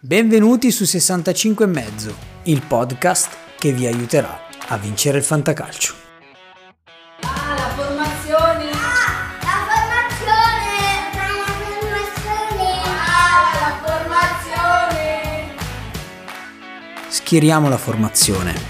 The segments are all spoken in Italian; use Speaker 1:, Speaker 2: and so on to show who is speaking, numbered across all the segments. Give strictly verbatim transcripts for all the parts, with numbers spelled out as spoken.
Speaker 1: Benvenuti su sessantacinque e mezzo, il podcast che vi aiuterà a vincere il fantacalcio.
Speaker 2: Ah, la formazione!
Speaker 3: Ah, la formazione! La formazione!
Speaker 2: Ah, la formazione!
Speaker 1: Schieriamo la formazione.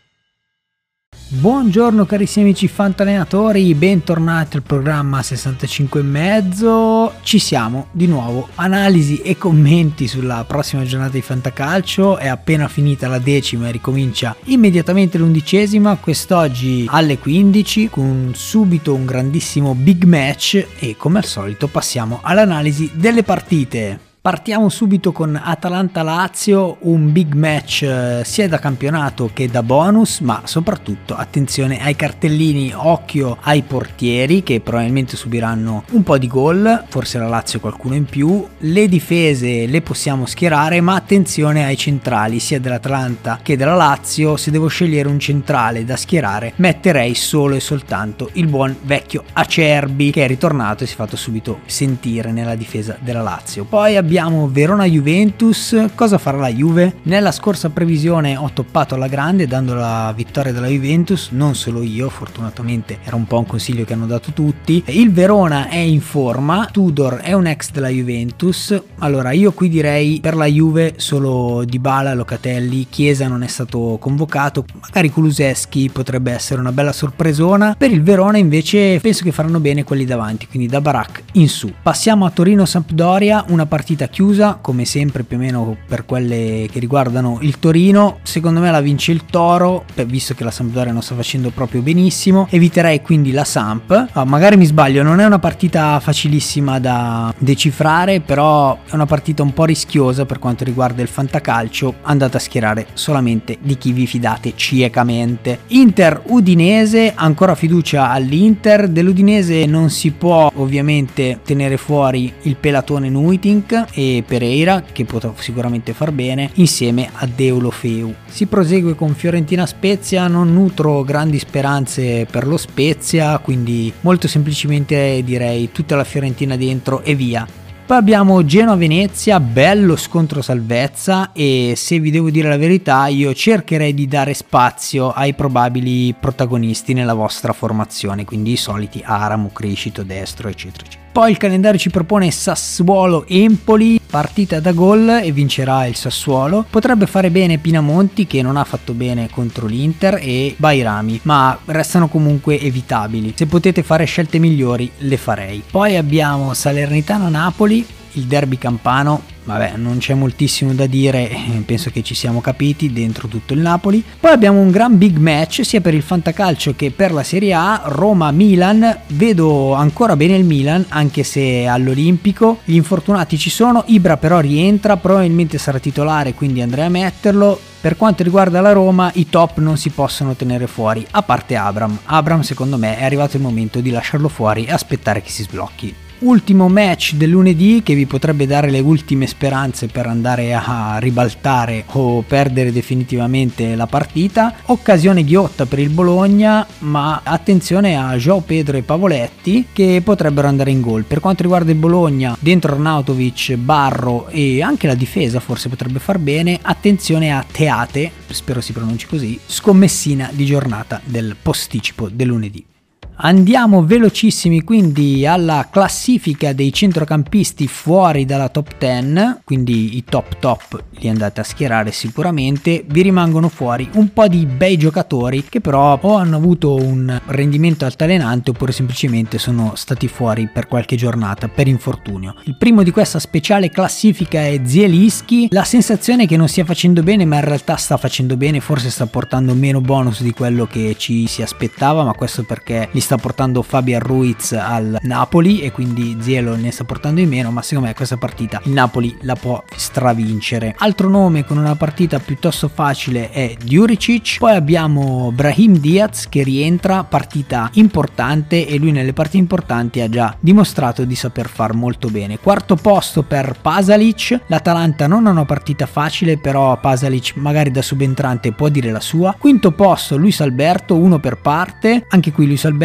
Speaker 1: Buongiorno carissimi amici fantallenatori, bentornati al programma sessantacinque e mezzo. Ci siamo di nuovo, analisi e commenti sulla prossima giornata di fantacalcio. È appena finita la decima e ricomincia immediatamente l'undicesima, quest'oggi alle quindici, con subito un grandissimo big match e come al solito passiamo all'analisi delle partite. Partiamo subito con Atalanta-Lazio, un big match eh, sia da campionato che da bonus, ma soprattutto attenzione ai cartellini, occhio ai portieri che probabilmente subiranno un po' di gol, forse la Lazio qualcuno in più. Le difese le possiamo schierare, ma attenzione ai centrali sia dell'Atalanta che della Lazio. Se devo scegliere un centrale da schierare, metterei solo e soltanto il buon vecchio Acerbi, che è ritornato e si è fatto subito sentire nella difesa della Lazio. Poi abbiamo Abbiamo Verona-Juventus. Cosa farà la Juve? Nella scorsa previsione ho toppato alla grande dando la vittoria della Juventus, non solo io, fortunatamente era un po' un consiglio che hanno dato tutti. Il Verona è in forma, Tudor è un ex della Juventus, allora io qui direi per la Juve solo Dybala, Locatelli, Chiesa non è stato convocato, magari Kulusevski potrebbe essere una bella sorpresona. Per il Verona invece penso che faranno bene quelli davanti, quindi da Barak in su. Passiamo a Torino-Sampdoria, una partita chiusa come sempre più o meno per quelle che riguardano il Torino. Secondo me la vince il Toro, visto che la Sampdoria non sta facendo proprio benissimo. Eviterei quindi la Samp. Oh, magari mi sbaglio, non è una partita facilissima da decifrare, però è una partita un po' rischiosa per quanto riguarda il fantacalcio. Andate a schierare solamente di chi vi fidate ciecamente. Inter-Udinese, ancora fiducia all'Inter. Dell'Udinese non si può ovviamente tenere fuori il pelatone Nuitink e Pereira, che potrà sicuramente far bene insieme a Deulofeu. Si prosegue con Fiorentina-Spezia, non nutro grandi speranze per lo Spezia, quindi molto semplicemente direi tutta la Fiorentina dentro e via. Poi abbiamo Genoa-Venezia, bello scontro salvezza, e se vi devo dire la verità io cercherei di dare spazio ai probabili protagonisti nella vostra formazione, quindi i soliti Aramo, Criscito, Destro eccetera eccetera. Poi il calendario ci propone Sassuolo-Empoli, partita da gol e vincerà il Sassuolo. Potrebbe fare bene Pinamonti, che non ha fatto bene contro l'Inter, e Bairami, ma restano comunque evitabili. Se potete fare scelte migliori le farei. Poi abbiamo Salernitana-Napoli, il derby campano. Vabbè, non c'è moltissimo da dire, penso che ci siamo capiti dentro tutto il Napoli. Poi abbiamo un gran big match sia per il fantacalcio che per la Serie A, Roma-Milan. Vedo ancora bene il Milan, anche se all'Olimpico. Gli infortunati ci sono, Ibra però rientra, probabilmente sarà titolare, quindi andrei a metterlo. Per quanto riguarda la Roma, i top non si possono tenere fuori, a parte Abram. Abram secondo me è arrivato il momento di lasciarlo fuori e aspettare che si sblocchi. Ultimo match del lunedì che vi potrebbe dare le ultime speranze per andare a ribaltare o perdere definitivamente la partita. Occasione ghiotta per il Bologna, ma attenzione a João Pedro e Pavoletti che potrebbero andare in gol. Per quanto riguarda il Bologna, dentro Arnautovic, Barro e anche la difesa forse potrebbe far bene. Attenzione a Teate, spero si pronunci così, scommessina di giornata del posticipo del lunedì. Andiamo velocissimi quindi alla classifica dei centrocampisti fuori dalla top dieci, quindi i top top li andate a schierare sicuramente. Vi rimangono fuori un po' di bei giocatori che però o hanno avuto un rendimento altalenante oppure semplicemente sono stati fuori per qualche giornata per infortunio. Il primo di questa speciale classifica è Zielinski. La sensazione è che non stia facendo bene, ma in realtà sta facendo bene, forse sta portando meno bonus di quello che ci si aspettava, ma questo perché li sta portando Fabian Ruiz al Napoli e quindi Zielo ne sta portando di meno, ma secondo me questa partita il Napoli la può stravincere. Altro nome con una partita piuttosto facile è Djuricic. Poi abbiamo Brahim Diaz che rientra, partita importante, e lui nelle partite importanti ha già dimostrato di saper far molto bene. Quarto posto per Pasalic. L'Atalanta non ha una partita facile, però Pasalic magari da subentrante può dire la sua. Quinto posto Luis Alberto, uno per parte, anche qui Luis Alberto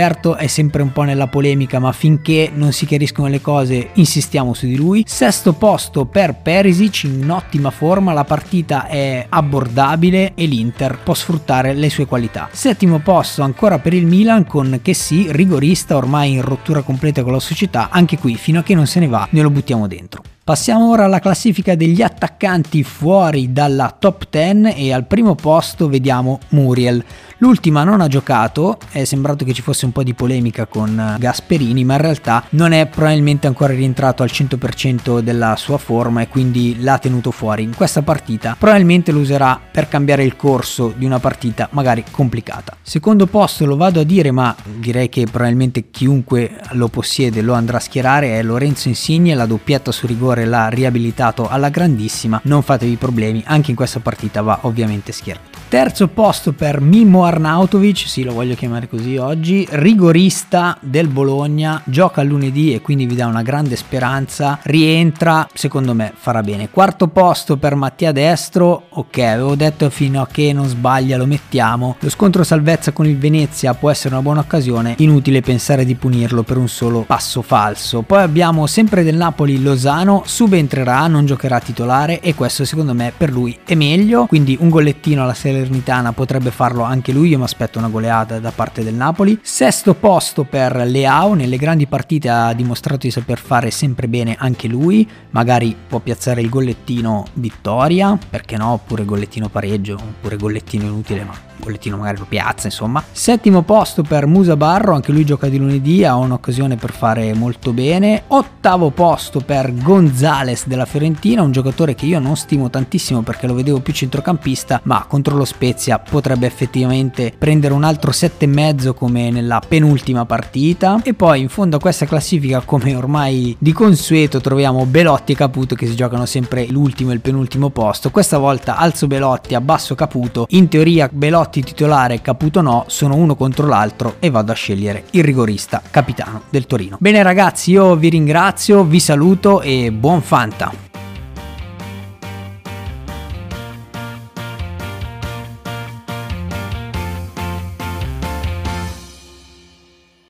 Speaker 1: Certo è sempre un po' nella polemica, ma finché non si chiariscono le cose insistiamo su di lui. Sesto posto per Perisic, in ottima forma, la partita è abbordabile e l'Inter può sfruttare le sue qualità. Settimo posto ancora per il Milan con Kessie, rigorista ormai in rottura completa con la società, anche qui fino a che non se ne va ne lo buttiamo dentro. Passiamo ora alla classifica degli attaccanti fuori dalla top dieci e al primo posto vediamo Muriel. L'ultima non ha giocato, è sembrato che ci fosse un po' di polemica con Gasperini, ma in realtà non è probabilmente ancora rientrato al cento per cento della sua forma e quindi l'ha tenuto fuori. In questa partita probabilmente lo userà per cambiare il corso di una partita magari complicata. Secondo posto lo vado a dire, ma direi che probabilmente chiunque lo possiede lo andrà a schierare, è Lorenzo Insigne. La doppietta su rigore l'ha riabilitato alla grandissima, non fatevi problemi, anche in questa partita va ovviamente schierato. Terzo posto per Mimmo Arnautovic, sì, lo voglio chiamare così oggi, rigorista del Bologna, gioca lunedì e quindi vi dà una grande speranza, rientra, secondo me farà bene. Quarto posto per Mattia Destro, ok, avevo detto fino a che non sbaglia lo mettiamo, lo scontro salvezza con il Venezia può essere una buona occasione, inutile pensare di punirlo per un solo passo falso. Poi abbiamo sempre del Napoli Lozano, subentrerà, non giocherà titolare e questo secondo me per lui è meglio, quindi un gollettino alla Salernitana potrebbe farlo anche lui, io mi aspetto una goleata da parte del Napoli. Sesto posto per Leao, nelle grandi partite ha dimostrato di saper fare sempre bene anche lui, magari può piazzare il gollettino vittoria, perché no, oppure gollettino pareggio, oppure gollettino inutile ma gollettino magari lo piazza, insomma. Settimo posto per Musa Barro, anche lui gioca di lunedì, ha un'occasione per fare molto bene. Ottavo posto per Gonzales della Fiorentina, un giocatore che io non stimo tantissimo perché lo vedevo più centrocampista, ma contro lo Spezia potrebbe effettivamente prendere un altro sette e mezzo come nella penultima partita. E poi in fondo a questa classifica, come ormai di consueto, troviamo Belotti e Caputo che si giocano sempre l'ultimo e il penultimo posto. Questa volta alzo Belotti, abbasso Caputo, in teoria Belotti titolare, Caputo no, sono uno contro l'altro e vado a scegliere il rigorista capitano del Torino. Bene ragazzi, io vi ringrazio, vi saluto e buon Fanta!